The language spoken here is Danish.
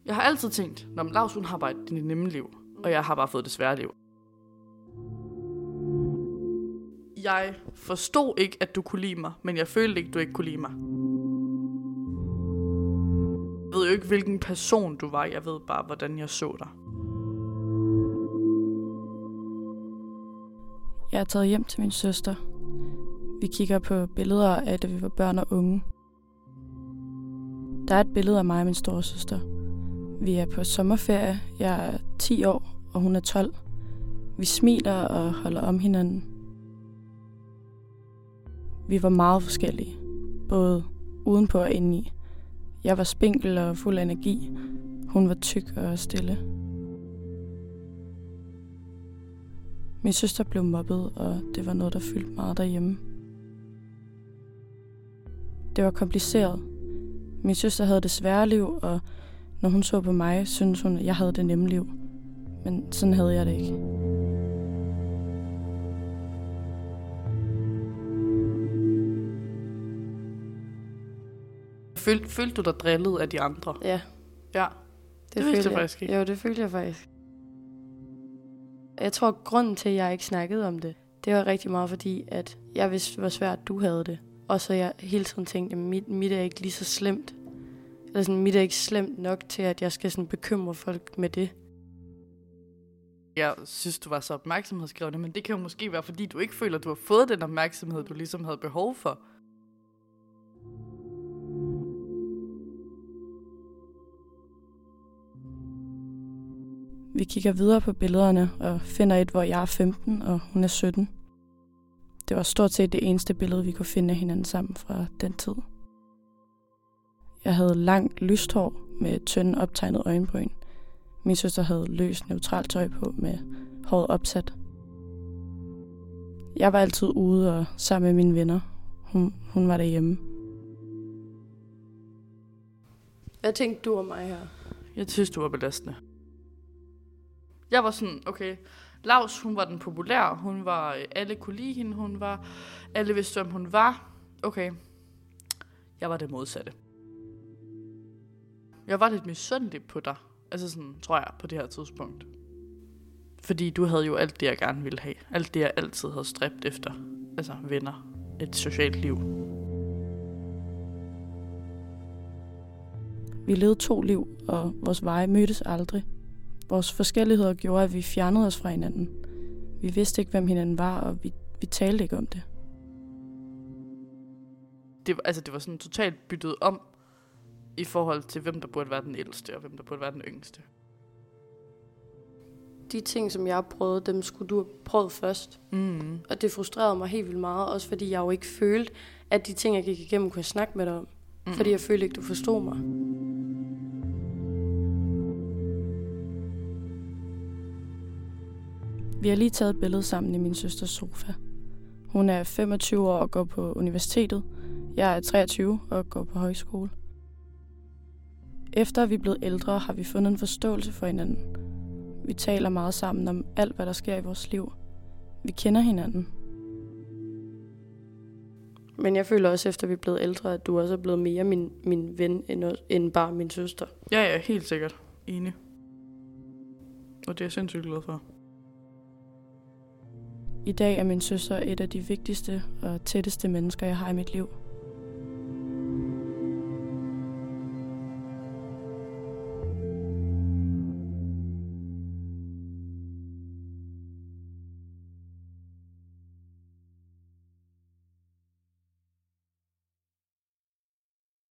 Jeg har altid tænkt, når Laus hun har bare det nemme liv, og jeg har bare fået det svære liv. Jeg forstod ikke, at du kunne lide mig, men jeg følte ikke, du ikke kunne lide mig. Jeg ved jo ikke, hvilken person du var. Jeg ved bare, hvordan jeg så dig. Jeg er taget hjem til min søster. Vi kigger på billeder af, da vi var børn og unge. Der er et billede af mig og min storesøster. Vi er på sommerferie. Jeg er 10 år, og hun er 12. Vi smiler og holder om hinanden. Vi var meget forskellige, både udenpå og indeni. Jeg var spinkel og fuld af energi. Hun var tyk og stille. Min søster blev mobbet, og det var noget, der fyldte meget derhjemme. Det var kompliceret. Min søster havde det svære liv, og når hun så på mig, syntes hun, at jeg havde det nemme liv. Men sådan havde jeg det ikke. Følte du dig drillet af de andre? Ja. Ja, det vidste jeg faktisk ikke. Jo, det følte jeg faktisk. Jeg tror, at grunden til, at jeg ikke snakkede om det, det var rigtig meget fordi, at jeg vidste, hvor svært du havde det. Og så jeg hele tiden tænkte, at mit er ikke lige så slemt. Eller sådan, mit er ikke slemt nok til, at jeg skal sådan bekymre folk med det. Jeg synes, du var så opmærksomhedsgrævende, men det kan jo måske være, fordi du ikke føler, at du har fået den opmærksomhed, du ligesom havde behov for. Vi kigger videre på billederne og finder et, hvor jeg er 15, og hun er 17. Det var stort set det eneste billede, vi kunne finde af hinanden sammen fra den tid. Jeg havde langt lyst hår med tynde optegnet øjenbryn. Min søster havde løst neutralt tøj på med håret opsat. Jeg var altid ude og sammen med mine venner. Hun var derhjemme. Hvad tænkte du om mig her? Jeg synes, du var belastende. Jeg var sådan, okay, Laus, hun var den populære, hun var, alle kunne lide hende, alle vidste, hvem hun var. Okay, jeg var det modsatte. Jeg var lidt misundelig på dig, altså sådan, tror jeg, på det her tidspunkt. Fordi du havde jo alt det, jeg gerne ville have. Alt det, jeg altid havde stræbt efter. Altså venner, et socialt liv. Vi levede 2 liv, og vores veje mødtes aldrig. Vores forskelligheder gjorde, at vi fjernede os fra hinanden. Vi vidste ikke, hvem hinanden var, og vi talte ikke om det. Det var sådan totalt byttet om i forhold til, hvem der burde være den ældste, og hvem der burde være den yngste. De ting, som jeg prøvede, dem skulle du have prøvet først. Mm. Og det frustrerede mig helt vildt meget, også fordi jeg jo ikke følte, at de ting, jeg gik igennem, kunne jeg snakke med dig om. Fordi jeg følte ikke, du forstod mig. Vi har lige taget et billede sammen i min søsters sofa. Hun er 25 år og går på universitetet. Jeg er 23 og går på højskole. Efter vi er blevet ældre, har vi fundet en forståelse for hinanden. Vi taler meget sammen om alt, hvad der sker i vores liv. Vi kender hinanden. Men jeg føler også, efter vi er blevet ældre, at du også er blevet mere min ven, end bare min søster. Ja, helt sikkert. Enig. Og det er jeg sindssygt glad for. I dag er min søster et af de vigtigste og tætteste mennesker, jeg har i mit liv.